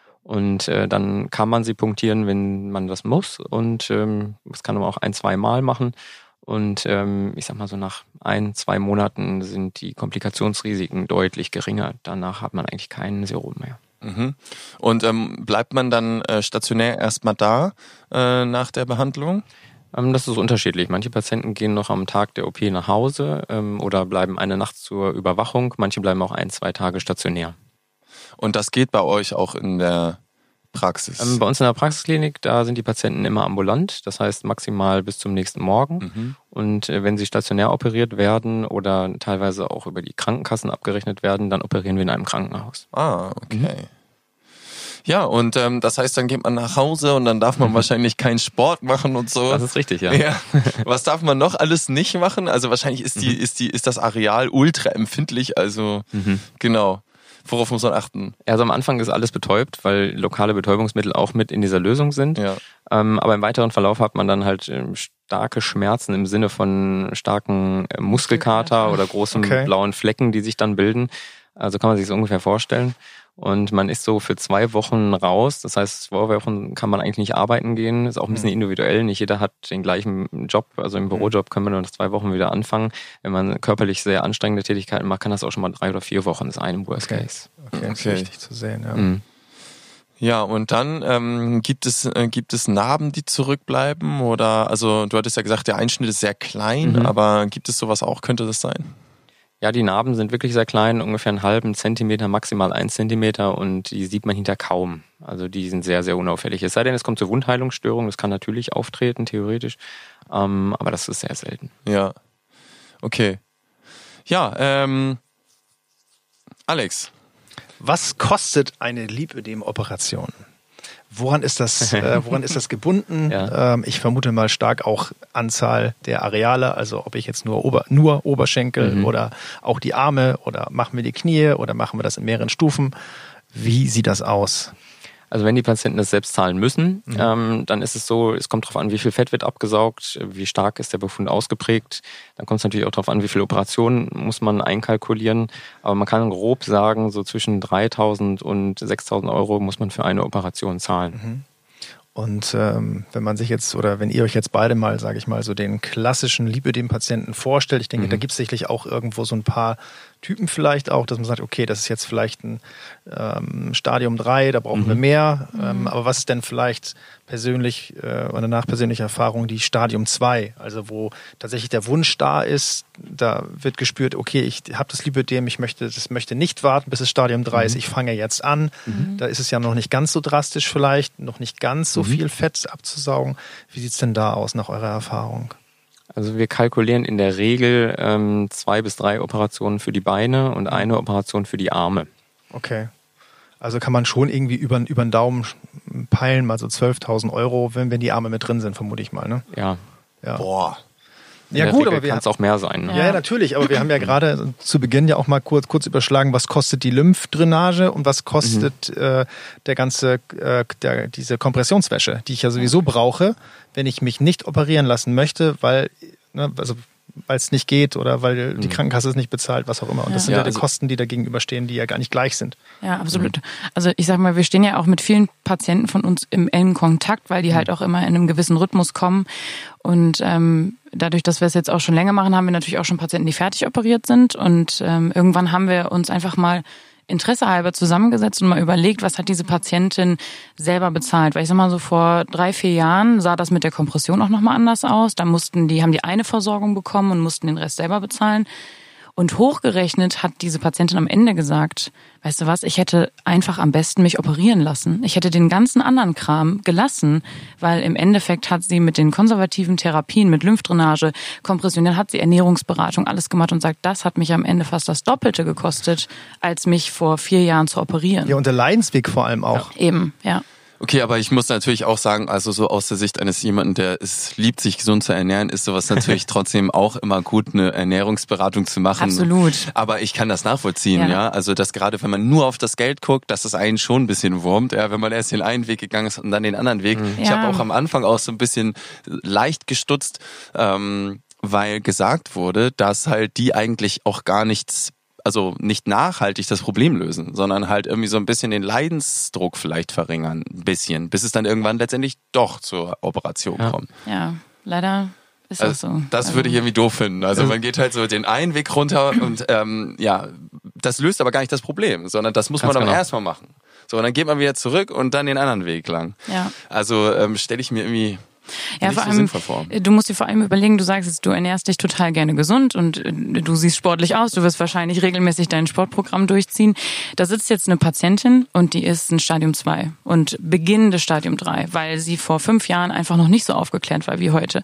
Und äh, dann kann man sie punktieren, wenn man das muss. Und ähm, das kann man auch ein, zwei Mal machen. Und ähm, ich sag mal so nach ein, zwei Monaten sind die Komplikationsrisiken deutlich geringer. Danach hat man eigentlich keinen Serum mehr. Mhm. Und ähm, bleibt man dann äh, stationär erstmal da äh, nach der Behandlung? Ähm, das ist unterschiedlich. Manche Patienten gehen noch am Tag der O P nach Hause ähm, oder bleiben eine Nacht zur Überwachung. Manche bleiben auch ein, zwei Tage stationär. Und das geht bei euch auch in der Praxis? Ähm, bei uns in der Praxisklinik, da sind die Patienten immer ambulant, das heißt maximal bis zum nächsten Morgen. Mhm. Und äh, wenn sie stationär operiert werden oder teilweise auch über die Krankenkassen abgerechnet werden, dann operieren wir in einem Krankenhaus. Ah, okay. Mhm. Ja, und ähm, das heißt, dann geht man nach Hause und dann darf man mhm. wahrscheinlich keinen Sport machen und so. Das ist richtig, ja. ja. Was darf man noch alles nicht machen? Also wahrscheinlich ist die, mhm. ist die, ist das Areal ultra empfindlich, also mhm. genau. Worauf muss man achten? Also am Anfang ist alles betäubt, weil lokale Betäubungsmittel auch mit in dieser Lösung sind. Ja. Ähm, aber im weiteren Verlauf hat man dann halt ähm, starke Schmerzen im Sinne von starken äh, Muskelkater oder großen okay. blauen Flecken, die sich dann bilden. Also kann man sich das ungefähr vorstellen. Und man ist so für zwei Wochen raus. Das heißt, zwei Wochen kann man eigentlich nicht arbeiten gehen. Ist auch ein bisschen individuell. Nicht jeder hat den gleichen Job. Also im Bürojob können wir nur nach zwei Wochen wieder anfangen. Wenn man körperlich sehr anstrengende Tätigkeiten macht, kann das auch schon mal drei oder vier Wochen sein im Worst Case. Okay, das ist okay. wichtig zu sehen. Ja, mhm. ja und dann ähm, gibt es äh, gibt es Narben, die zurückbleiben? Oder also du hattest ja gesagt, der Einschnitt ist sehr klein, mhm. aber gibt es sowas auch? Könnte das sein? Ja, die Narben sind wirklich sehr klein, ungefähr einen halben Zentimeter, maximal ein Zentimeter und die sieht man hinter kaum. Also die sind sehr, sehr unauffällig. Es sei denn, es kommt zur Wundheilungsstörung, das kann natürlich auftreten, theoretisch, ähm, aber das ist sehr selten. Ja, okay. Ja, ähm, Alex. Was kostet eine Lipödem-Operation? Woran ist das, äh, woran ist das gebunden? Ja. Ähm, ich vermute mal stark auch Anzahl der Areale, also ob ich jetzt nur, Ober, nur Oberschenkel mhm. oder auch die Arme oder machen wir die Knie oder machen wir das in mehreren Stufen? Wie sieht das aus? Also wenn die Patienten das selbst zahlen müssen, mhm. ähm, dann ist es so, es kommt darauf an, wie viel Fett wird abgesaugt, wie stark ist der Befund ausgeprägt. Dann kommt es natürlich auch darauf an, wie viele Operationen muss man einkalkulieren. Aber man kann grob sagen, so zwischen dreitausend und sechstausend Euro muss man für eine Operation zahlen. Mhm. Und ähm, wenn man sich jetzt, oder wenn ihr euch jetzt beide mal, sage ich mal, so den klassischen Lipödem-Patienten vorstellt, ich denke, mhm. da gibt es sicherlich auch irgendwo so ein paar Typen vielleicht auch, dass man sagt, okay, das ist jetzt vielleicht ein ähm, Stadium drei, da brauchen mhm. wir mehr. Mhm. Ähm, aber was ist denn vielleicht persönlich äh, oder nach persönlicher Erfahrung die Stadium zwei? Also wo tatsächlich der Wunsch da ist, da wird gespürt, okay, ich habe das Lipödem, ich möchte, das möchte nicht warten, bis es Stadium drei mhm. ist, ich fange jetzt an. Mhm. Da ist es ja noch nicht ganz so drastisch vielleicht, noch nicht ganz so mhm. viel Fett abzusaugen. Wie sieht's denn da aus nach eurer Erfahrung? Also wir kalkulieren in der Regel ähm, zwei bis drei Operationen für die Beine und eine Operation für die Arme. Okay. Also kann man schon irgendwie über, über den Daumen peilen, mal so zwölftausend Euro, wenn, wenn die Arme mit drin sind, vermute ich mal. Ne? Ja. ja. Boah. Ja gut, aber wir kann es auch mehr sein. Ne? Ja, ja, natürlich. Aber wir haben ja gerade zu Beginn ja auch mal kurz, kurz überschlagen, was kostet die Lymphdrainage und was kostet mhm. äh, der ganze, äh, der, diese Kompressionswäsche, die ich ja sowieso brauche, wenn ich mich nicht operieren lassen möchte, weil, ne, also weil es nicht geht oder weil die Krankenkasse es nicht bezahlt, was auch immer. Und das ja. sind ja, ja die also Kosten, die da gegenüberstehen, die ja gar nicht gleich sind. Ja, absolut. Also ich sag mal, wir stehen ja auch mit vielen Patienten von uns im engen Kontakt, weil die halt auch immer in einem gewissen Rhythmus kommen. Und ähm, dadurch, dass wir es jetzt auch schon länger machen, haben wir natürlich auch schon Patienten, die fertig operiert sind. Und ähm, irgendwann haben wir uns einfach mal Interesse halber zusammengesetzt und mal überlegt, was hat diese Patientin selber bezahlt. Weil ich sag mal so, vor drei, vier Jahren sah das mit der Kompression auch nochmal anders aus. Da mussten die, haben die eine Versorgung bekommen und mussten den Rest selber bezahlen. Und hochgerechnet hat diese Patientin am Ende gesagt, weißt du was, ich hätte einfach am besten mich operieren lassen. Ich hätte den ganzen anderen Kram gelassen, weil im Endeffekt hat sie mit den konservativen Therapien, mit Lymphdrainage, Kompression, dann hat sie Ernährungsberatung, alles gemacht und sagt, das hat mich am Ende fast das Doppelte gekostet, als mich vor vier Jahren zu operieren. Ja, und der Leidensweg vor allem auch. Ja. Eben, ja. Okay, aber ich muss natürlich auch sagen, also so aus der Sicht eines jemanden, der es liebt, sich gesund zu ernähren, ist sowas natürlich trotzdem auch immer gut, eine Ernährungsberatung zu machen. Absolut. Aber ich kann das nachvollziehen, ja. ja. Also dass gerade wenn man nur auf das Geld guckt, dass das einen schon ein bisschen wurmt, ja, wenn man erst den einen Weg gegangen ist und dann den anderen Weg. Mhm. Ich ja. habe auch am Anfang auch so ein bisschen leicht gestutzt, ähm, weil gesagt wurde, dass halt die eigentlich auch gar nichts also nicht nachhaltig das Problem lösen, sondern halt irgendwie so ein bisschen den Leidensdruck vielleicht verringern, ein bisschen, bis es dann irgendwann letztendlich doch zur Operation ja. kommt. Ja, leider ist also, das so. Das also. würde ich irgendwie doof finden. Also man geht halt so den einen Weg runter und ähm, ja, das löst aber gar nicht das Problem, sondern das muss Ganz man aber genau. erstmal machen. So, und dann geht man wieder zurück und dann den anderen Weg lang. Ja. Also ähm, stelle ich mir irgendwie... Ja, vor allem, du musst dir vor allem überlegen, du sagst jetzt, du ernährst dich total gerne gesund und du siehst sportlich aus, du wirst wahrscheinlich regelmäßig dein Sportprogramm durchziehen. Da sitzt jetzt eine Patientin und die ist in Stadium zwei und beginnendes Stadium drei, weil sie vor fünf Jahren einfach noch nicht so aufgeklärt war wie heute.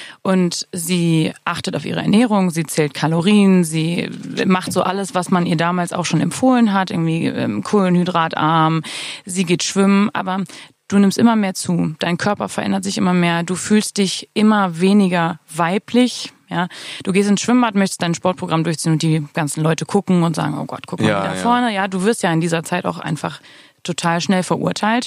Und sie achtet auf ihre Ernährung, sie zählt Kalorien, sie macht so alles, was man ihr damals auch schon empfohlen hat, irgendwie ähm, kohlenhydratarm, sie geht schwimmen, aber du nimmst immer mehr zu, dein Körper verändert sich immer mehr, du fühlst dich immer weniger weiblich. Ja, du gehst ins Schwimmbad, möchtest dein Sportprogramm durchziehen und die ganzen Leute gucken und sagen, oh Gott, guck mal ja, wieder ja. vorne. Ja, du wirst ja in dieser Zeit auch einfach total schnell verurteilt.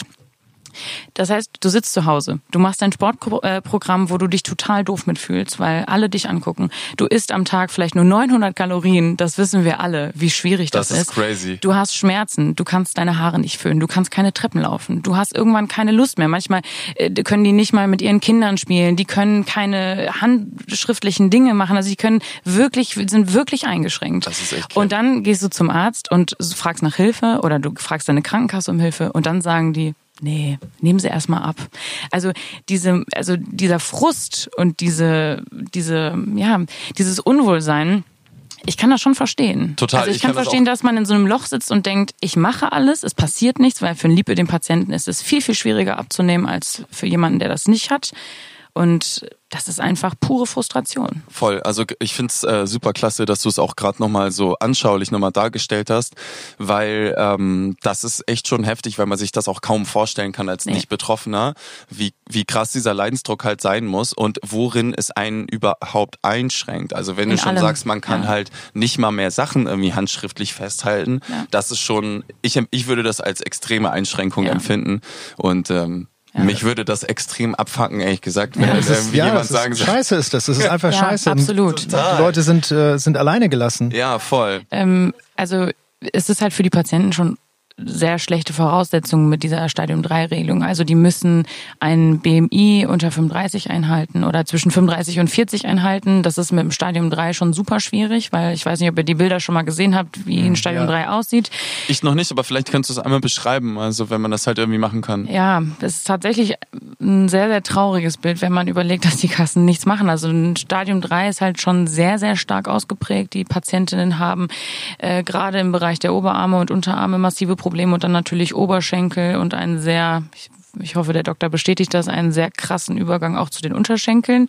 Das heißt, du sitzt zu Hause, du machst dein Sportprogramm, wo du dich total doof mitfühlst, weil alle dich angucken. Du isst am Tag vielleicht nur neunhundert Kalorien, das wissen wir alle, wie schwierig das, das ist. Das ist crazy. Du hast Schmerzen, du kannst deine Haare nicht föhnen, du kannst keine Treppen laufen, du hast irgendwann keine Lust mehr. Manchmal äh, können die nicht mal mit ihren Kindern spielen, die können keine handschriftlichen Dinge machen, also die können wirklich, sind wirklich eingeschränkt. Das ist echt krass. Und dann gehst du zum Arzt und fragst nach Hilfe oder du fragst deine Krankenkasse um Hilfe und dann sagen die, nee, nehmen Sie erstmal ab. Also diese, also dieser Frust und diese, diese, ja, dieses Unwohlsein, ich kann das schon verstehen. Total. Also ich, ich kann, kann verstehen, dass man in so einem Loch sitzt und denkt, ich mache alles, es passiert nichts, weil für einen Lipödem-Patienten ist es viel, viel schwieriger abzunehmen als für jemanden, der das nicht hat. Und das ist einfach pure Frustration. Voll. Also ich find's äh, super klasse, dass du es auch gerade nochmal so anschaulich nochmal dargestellt hast, weil ähm, das ist echt schon heftig, weil man sich das auch kaum vorstellen kann als nee. Nicht-Betroffener, wie wie krass dieser Leidensdruck halt sein muss und worin es einen überhaupt einschränkt. Also wenn In du schon allem. sagst, man kann ja. halt nicht mal mehr Sachen irgendwie handschriftlich festhalten, ja. das ist schon, ich ich würde das als extreme Einschränkung ja. empfinden und ähm, Ja. mich würde das extrem abfacken, ehrlich gesagt, wenn ja. das irgendwie ja, jemand das sagen ist, soll. Scheiße ist das, das ist einfach ja, scheiße. Absolut. Die Leute sind, äh, sind alleine gelassen. Ja, voll. Ähm, also es ist halt für die Patienten schon sehr schlechte Voraussetzungen mit dieser Stadium drei Regelung. Also die müssen ein B M I unter fünfunddreißig einhalten oder zwischen fünfunddreißig und vierzig einhalten. Das ist mit dem Stadium drei schon super schwierig, weil ich weiß nicht, ob ihr die Bilder schon mal gesehen habt, wie ein Stadium ja. drei aussieht. Ich noch nicht, aber vielleicht kannst du es einmal beschreiben, also wenn man das halt irgendwie machen kann. Ja, es ist tatsächlich ein sehr, sehr trauriges Bild, wenn man überlegt, dass die Kassen nichts machen. Also ein Stadium drei ist halt schon sehr, sehr stark ausgeprägt. Die Patientinnen haben äh, gerade im Bereich der Oberarme und Unterarme massive Probleme. Problem und dann natürlich Oberschenkel und einen sehr, ich, ich hoffe, der Doktor bestätigt das, einen sehr krassen Übergang auch zu den Unterschenkeln.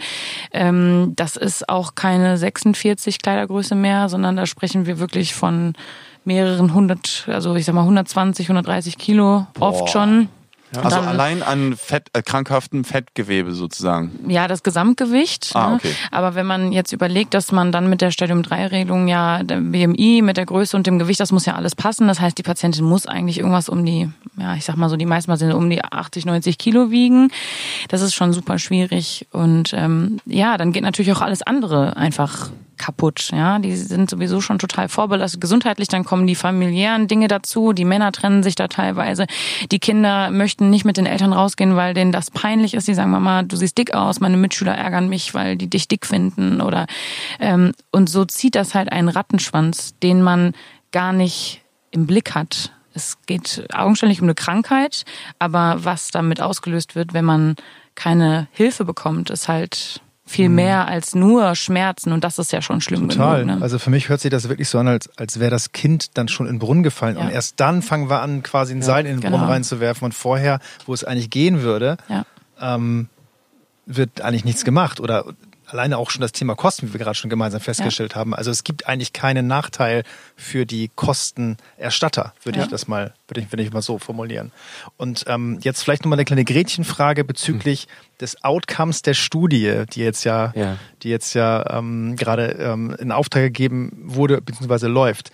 Ähm, das ist auch keine sechsundvierzig Kleidergröße mehr, sondern da sprechen wir wirklich von mehreren hundert, also ich sag mal hundertzwanzig, hundertdreißig Kilo Boah. oft schon. Ja. Also dann, allein an Fett, äh, krankhaftem Fettgewebe sozusagen. Ja, das Gesamtgewicht. Ah, ne? okay. Aber wenn man jetzt überlegt, dass man dann mit der Stadium drei Regelung ja, der B M I mit der Größe und dem Gewicht, das muss ja alles passen. Das heißt, die Patientin muss eigentlich irgendwas um die, ja, ich sag mal so, die meisten Mal sind um die achtzig, neunzig Kilo wiegen. Das ist schon super schwierig. Und ähm, ja, dann geht natürlich auch alles andere einfach kaputt, ja, die sind sowieso schon total vorbelastet gesundheitlich, dann kommen die familiären Dinge dazu, die Männer trennen sich da teilweise, die Kinder möchten nicht mit den Eltern rausgehen, weil denen das peinlich ist, die sagen, Mama, du siehst dick aus, meine Mitschüler ärgern mich, weil die dich dick finden oder ähm, und so zieht das halt einen Rattenschwanz, den man gar nicht im Blick hat. Es geht augenscheinlich um eine Krankheit, aber was damit ausgelöst wird, wenn man keine Hilfe bekommt, ist halt viel mehr als nur Schmerzen und das ist ja schon schlimm Total. genug. Ne? Also für mich hört sich das wirklich so an, als, als wäre das Kind dann schon in den Brunnen gefallen Ja. und erst dann fangen wir an, quasi ein Seil in den genau. Brunnen reinzuwerfen und vorher, wo es eigentlich gehen würde, Ja. ähm, wird eigentlich nichts gemacht oder alleine auch schon das Thema Kosten, wie wir gerade schon gemeinsam festgestellt ja. haben. Also es gibt eigentlich keinen Nachteil für die Kostenerstatter, würde ja. ich das mal, würde ich, würde ich mal so formulieren. Und ähm, jetzt vielleicht nochmal eine kleine Gretchenfrage bezüglich hm. des Outcomes der Studie, die jetzt ja, ja. die jetzt ja ähm, gerade ähm, in Auftrag gegeben wurde bzw. läuft.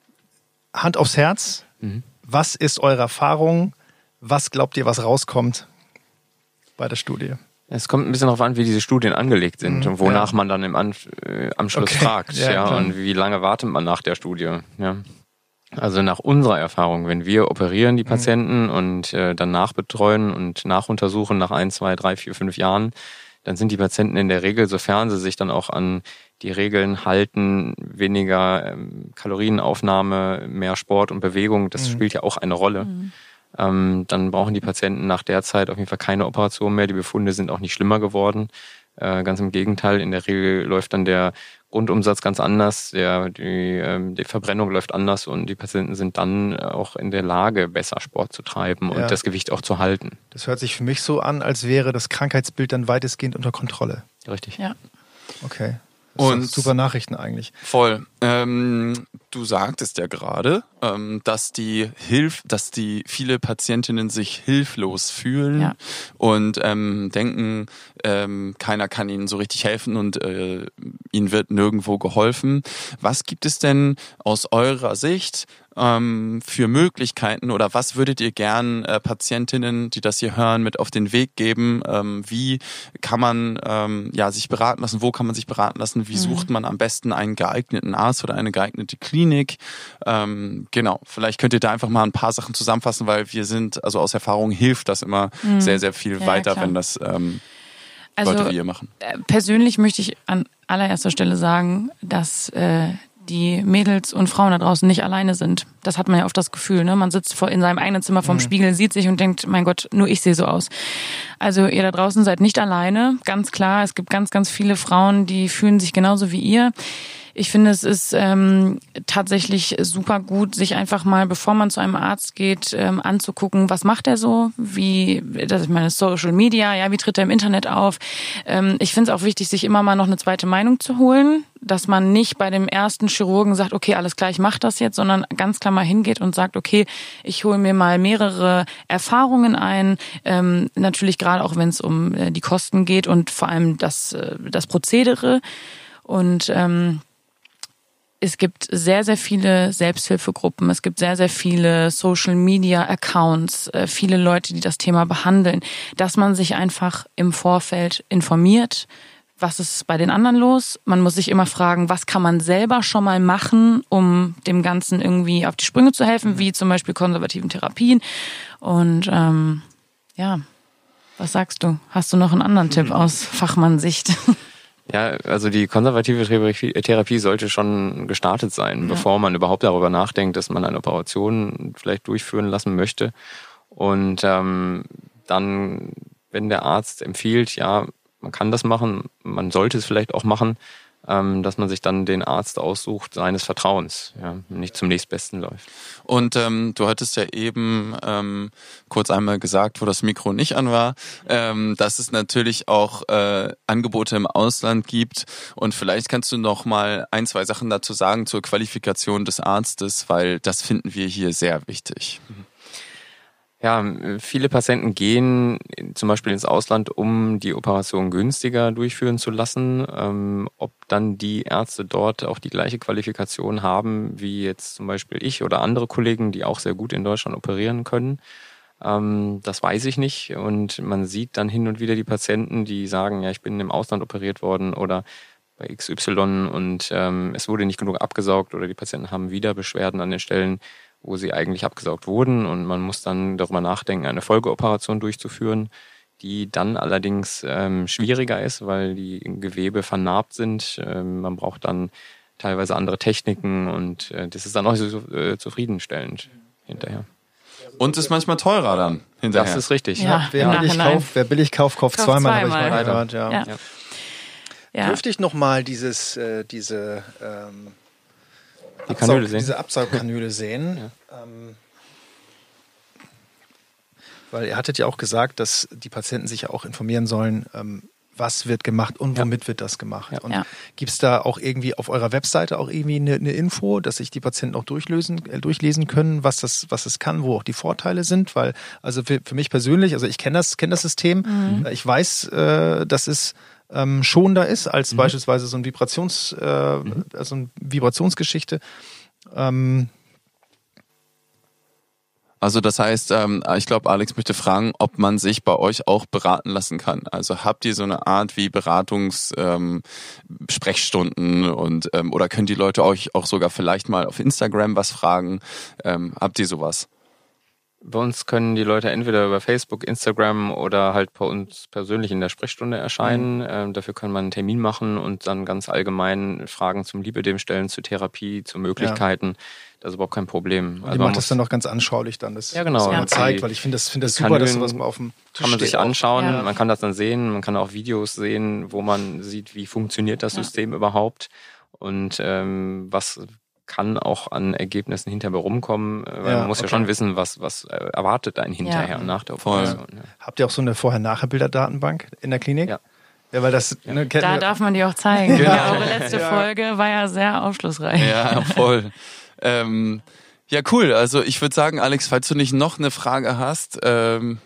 Hand aufs Herz. Mhm. Was ist eure Erfahrung? Was glaubt ihr, was rauskommt bei der Studie? Es kommt ein bisschen darauf an, wie diese Studien angelegt sind Mhm, und wonach ja. man dann im An- äh, Anschluss okay. fragt. Ja, ja, klar. und wie lange wartet man nach der Studie. Ja. Also nach unserer Erfahrung, wenn wir operieren die Patienten mhm. und äh, dann nachbetreuen und nachuntersuchen nach ein, zwei, drei, vier, fünf Jahren, dann sind die Patienten in der Regel, sofern sie sich dann auch an die Regeln halten, weniger ähm, Kalorienaufnahme, mehr Sport und Bewegung, das mhm. spielt ja auch eine Rolle. Mhm. Ähm, dann brauchen die Patienten nach der Zeit auf jeden Fall keine Operation mehr. Die Befunde sind auch nicht schlimmer geworden. Äh, ganz im Gegenteil, in der Regel läuft dann der Grundumsatz ganz anders, der, die, ähm, die Verbrennung läuft anders und die Patienten sind dann auch in der Lage, besser Sport zu treiben und ja. das Gewicht auch zu halten. Das hört sich für mich so an, als wäre das Krankheitsbild dann weitestgehend unter Kontrolle. Richtig. Ja. Okay. Das und sind super Nachrichten eigentlich. Voll. Ähm, du sagtest ja gerade, ähm, dass die Hilf, dass die viele Patientinnen sich hilflos fühlen ja. und ähm, denken, ähm, keiner kann ihnen so richtig helfen und äh, ihnen wird nirgendwo geholfen. Was gibt es denn aus eurer Sicht ähm, für Möglichkeiten oder was würdet ihr gern äh, Patientinnen, die das hier hören, mit auf den Weg geben? Ähm, wie kann man ähm, ja sich beraten lassen? Wo kann man sich beraten lassen? Wie mhm. sucht man am besten einen geeigneten Arzt oder eine geeignete Klinik? Ähm, genau, vielleicht könnt ihr da einfach mal ein paar Sachen zusammenfassen, weil wir sind, also aus Erfahrung hilft das immer mhm. sehr, sehr viel ja, weiter, klar. wenn das ähm, also, Leute wie ihr machen. Persönlich möchte ich an allererster Stelle sagen, dass äh, die Mädels und Frauen da draußen nicht alleine sind. Das hat man ja oft das Gefühl, ne? Man sitzt vor in seinem eigenen Zimmer vorm mhm. Spiegel, sieht sich und denkt, mein Gott, nur ich sehe so aus. Also ihr da draußen seid nicht alleine, ganz klar. Es gibt ganz, ganz viele Frauen, die fühlen sich genauso wie ihr. Ich finde, es ist ähm, tatsächlich super gut, sich einfach mal, bevor man zu einem Arzt geht, ähm, anzugucken, was macht er so, wie, das ich meine, Social Media, ja, wie tritt er im Internet auf. Ähm, ich finde es auch wichtig, sich immer mal noch eine zweite Meinung zu holen, dass man nicht bei dem ersten Chirurgen sagt, okay, alles klar, ich mach das jetzt, sondern ganz klar mal hingeht und sagt, okay, ich hole mir mal mehrere Erfahrungen ein, ähm, natürlich gerade auch, wenn es um äh, die Kosten geht und vor allem das, äh, das Prozedere und ähm, es gibt sehr, sehr viele Selbsthilfegruppen, es gibt sehr, sehr viele Social-Media-Accounts, viele Leute, die das Thema behandeln, dass man sich einfach im Vorfeld informiert, was ist bei den anderen los. Man muss sich immer fragen, was kann man selber schon mal machen, um dem Ganzen irgendwie auf die Sprünge zu helfen, wie zum Beispiel konservativen Therapien. Und ähm, ja, was sagst du? Hast du noch einen anderen Tipp aus Fachmannsicht? Ja, also die konservative Therapie sollte schon gestartet sein, ja. bevor man überhaupt darüber nachdenkt, dass man eine Operation vielleicht durchführen lassen möchte. Und ähm, dann, wenn der Arzt empfiehlt, ja, man kann das machen, man sollte es vielleicht auch machen, ähm, dass man sich dann den Arzt aussucht seines Vertrauens, ja, nicht zum nächstbesten läuft. Und ähm, du hattest ja eben ähm, kurz einmal gesagt, wo das Mikro nicht an war, ähm, dass es natürlich auch äh, Angebote im Ausland gibt. Und vielleicht kannst du noch mal ein, zwei Sachen dazu sagen zur Qualifikation des Arztes, weil das finden wir hier sehr wichtig. Ja, viele Patienten gehen zum Beispiel ins Ausland, um die Operation günstiger durchführen zu lassen. Ähm, ob dann die Ärzte dort auch die gleiche Qualifikation haben wie jetzt zum Beispiel ich oder andere Kollegen, die auch sehr gut in Deutschland operieren können, ähm, das weiß ich nicht. Und man sieht dann hin und wieder die Patienten, die sagen, ja, ich bin im Ausland operiert worden oder bei X Y und ähm, es wurde nicht genug abgesaugt oder die Patienten haben wieder Beschwerden an den Stellen, wo sie eigentlich abgesaugt wurden und man muss dann darüber nachdenken, eine Folgeoperation durchzuführen, die dann allerdings ähm, schwieriger ist, weil die Gewebe vernarbt sind. Ähm, man braucht dann teilweise andere Techniken und äh, das ist dann auch so äh, zufriedenstellend hinterher. Und ist manchmal teurer dann hinterher. Das ist richtig. Ja, Ja, wer, billig kauft, wer billig kauft, kauft Kauf zweimal, habe ich zweimal. mal gehört. Ja. Ja. Ja. Ja. Dürfte ich nochmal dieses, äh, diese, ähm, Die Kanüle Absaug, sehen. diese Absaugkanüle sehen? ähm, weil ihr hattet ja auch gesagt, dass die Patienten sich ja auch informieren sollen, ähm, was wird gemacht und womit ja. wird das gemacht. Ja. Und Ja. gibt es da auch irgendwie auf eurer Webseite auch irgendwie eine, eine Info, dass sich die Patienten auch durchlesen, äh, durchlesen können, was das, was es kann, wo auch die Vorteile sind? Weil, also für, für mich persönlich, also ich kenne das, kenne das System, Mhm. ich weiß, äh, dass es ähm, schonender ist als Mhm. beispielsweise so ein Vibrations, äh, Mhm. also eine Vibrationsgeschichte. Ähm, Also das heißt, ähm, ich glaube, Alex möchte fragen, ob man sich bei euch auch beraten lassen kann. Also habt ihr so eine Art wie Beratungs-Sprechstunden ähm, Sprechstunden und ähm, oder können die Leute euch auch sogar vielleicht mal auf Instagram was fragen? Ähm, habt ihr sowas? Bei uns können die Leute entweder über Facebook, Instagram oder halt bei uns persönlich in der Sprechstunde erscheinen. Mhm. Ähm, dafür kann man einen Termin machen und dann ganz allgemein Fragen zum Lipödem stellen, zur Therapie, zu Möglichkeiten. Ja. Das ist überhaupt kein Problem. Und also die man macht das dann auch ganz anschaulich dann, das, ja, genau. das man Ja. zeigt, weil ich finde das, finde das super, dass sowas mal auf dem Tisch kann man sich steht anschauen, Ja. man kann das dann sehen, man kann auch Videos sehen, wo man sieht, wie funktioniert das Ja. System überhaupt und ähm, was kann auch an Ergebnissen hinterher rumkommen, weil Ja, man muss okay. ja schon wissen, was was äh, erwartet einen hinterher Ja. nach der Voll. Operation. Ja. Habt ihr auch so eine Vorher-Nachher-Bilder-Datenbank in der Klinik? Ja. Ja, weil das, ne, kennt Da ihr- darf man die auch zeigen. Genau. Ja, eure letzte Ja. Folge war ja sehr aufschlussreich. Ja, voll. ähm, ja, cool. Also ich würde sagen, Alex, falls du nicht noch eine Frage hast, ähm,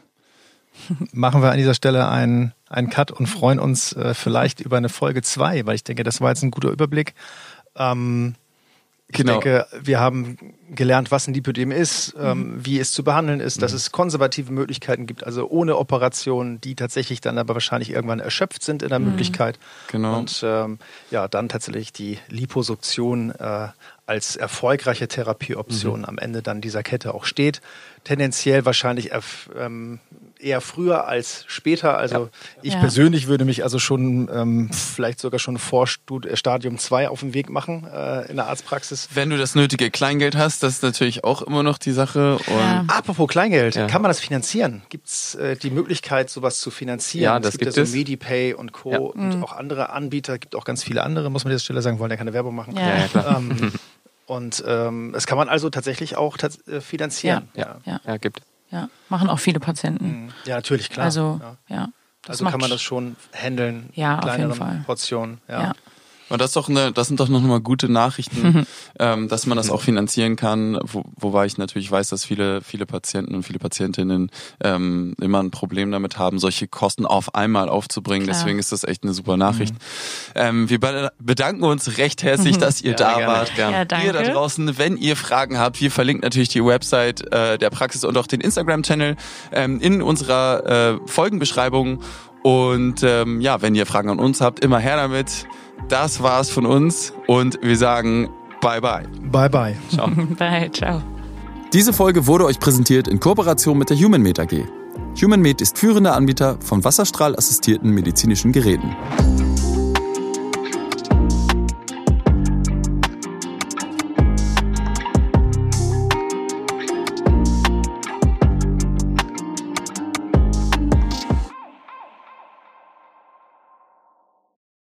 machen wir an dieser Stelle einen, einen Cut und freuen uns äh, vielleicht über eine Folge zwei, weil ich denke, das war jetzt ein guter Überblick. Ähm, ich Genau. denke, wir haben gelernt, was ein Lipödem ist, ähm, wie es zu behandeln ist, dass es konservative Möglichkeiten gibt, also ohne Operationen, die tatsächlich dann aber wahrscheinlich irgendwann erschöpft sind in der Möglichkeit. Genau. Und ähm, ja, dann tatsächlich die Liposuktion äh, als erfolgreiche Therapieoption Mhm. am Ende dann dieser Kette auch steht. Tendenziell wahrscheinlich erf- ähm, eher früher als später. Also Ja. ich Ja. persönlich würde mich also schon ähm, vielleicht sogar schon vor Stud- äh, Stadium zwei auf den Weg machen äh, in der Arztpraxis. wenn du das nötige Kleingeld hast, das ist natürlich auch immer noch die Sache. Und Ja. Apropos Kleingeld, Ja. kann man das finanzieren? Gibt es äh, die Möglichkeit, sowas zu finanzieren? Ja, das es gibt, gibt ja es. so Medipay und Co. Ja. und auch andere Anbieter, gibt auch ganz viele andere, muss man an dieser Stelle sagen, wollen ja keine Werbung machen. Ja. Ja, ja, klar. Ähm, und ähm, das kann man also tatsächlich auch tats- äh, finanzieren. Ja. Ja. Ja, gibt. Ja, machen auch viele Patienten. Ja, natürlich, klar. Also, ja. ja. Das Also kann macht- man das schon handeln, Ja, in auf jeden kleineren Fall. Portionen. Ja. Ja. Und das, ist doch eine, das sind doch noch mal gute Nachrichten, ähm, dass man das auch finanzieren kann, wo, wobei ich natürlich weiß, dass viele viele Patienten und viele Patientinnen ähm, immer ein Problem damit haben, solche Kosten auf einmal aufzubringen. Klar. Deswegen ist das echt eine super Nachricht. Ähm, wir be- bedanken uns recht herzlich, dass ihr Ja, da gerne. wart. Ja, danke. Ihr da draußen, wenn ihr Fragen habt, wir verlinken natürlich die Website äh, der Praxis und auch den Instagram-Channel ähm, in unserer äh, Folgenbeschreibung. Und ähm, ja, wenn ihr Fragen an uns habt, immer her damit. Das war's von uns und wir sagen bye bye. Bye, bye. Ciao. Bye, ciao. Diese Folge wurde euch präsentiert in Kooperation mit der HumanMed A G. HumanMed ist führender Anbieter von wasserstrahlassistierten medizinischen Geräten.